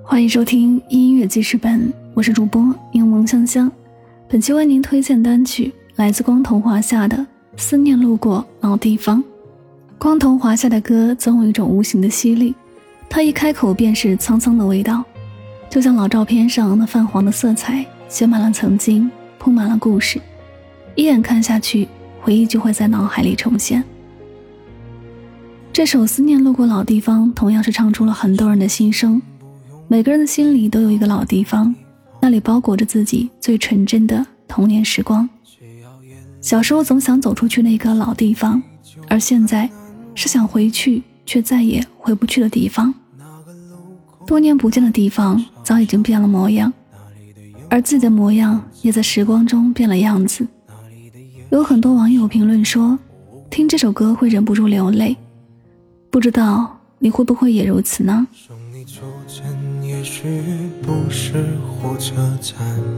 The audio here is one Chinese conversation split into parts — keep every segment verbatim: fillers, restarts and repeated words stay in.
欢迎收听音乐记事本，我是主播柠檬香香。本期为您推荐单曲来自光头华夏的《思念路过老地方》。光头华夏的歌总有一种无形的吸力，他一开口便是沧桑的味道，就像老照片上那泛黄的色彩，写满了曾经，铺满了故事，一眼看下去，回忆就会在脑海里重现。这首《思念路过老地方》同样是唱出了很多人的心声，每个人的心里都有一个老地方，那里包裹着自己最纯真的童年时光。小时候总想走出去那个老地方，而现在是想回去却再也回不去的地方。多年不见的地方早已经变了模样，而自己的模样也在时光中变了样子。有很多网友评论说，听这首歌会忍不住流泪，不知道你会不会也如此呢？ 送你出城也许不是火车站，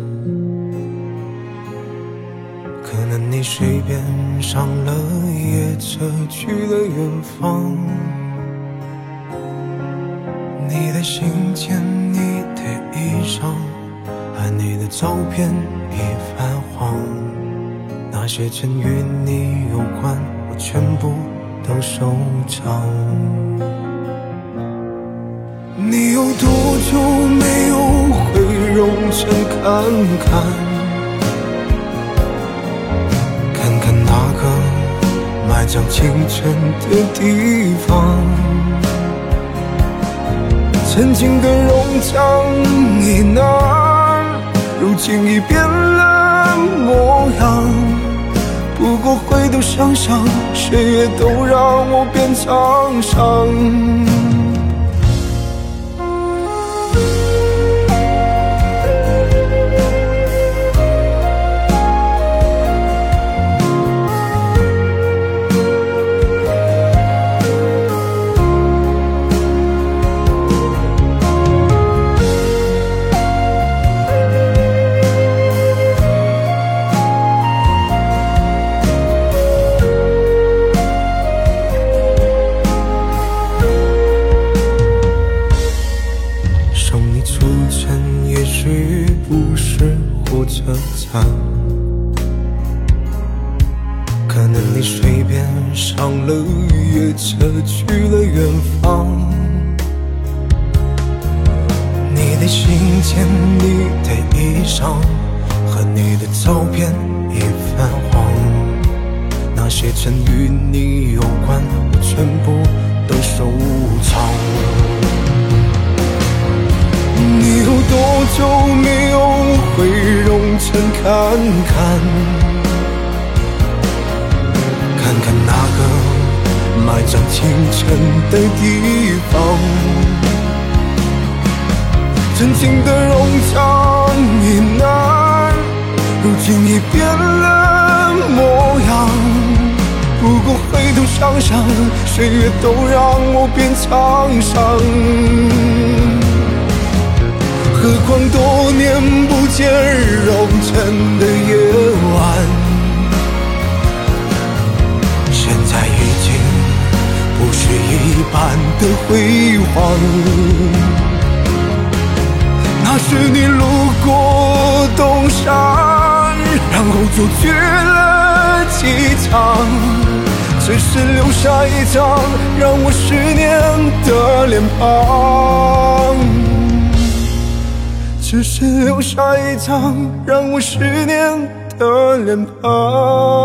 可能你随便上了夜车去了远方。你的信件，你的衣裳和你的照片已泛黄，那些曾与你有关我全部都收藏。你有多久没有回蓉城看看，看看那个埋葬青春的地方。曾经的榕江以南，如今已变了模样。不过回头想想，岁月都让我变沧桑。也许不是火车站，可能你随便上了夜车去了远方。你的信件，你的衣裳和你的照片已泛黄，那些曾与你有关我全部都收藏。你有多久没有回蓉城看看，看看那个埋葬青春的地方。曾经的榕江以南，如今已变了模样。不过回头想想，岁月都让我变沧桑。何况多年不见蓉城的夜晚，现在已经不是一般的辉煌。那时你路过东山，然后就去了机场，只是留下一张让我思念的脸庞，只是留下一张让我思念的脸庞。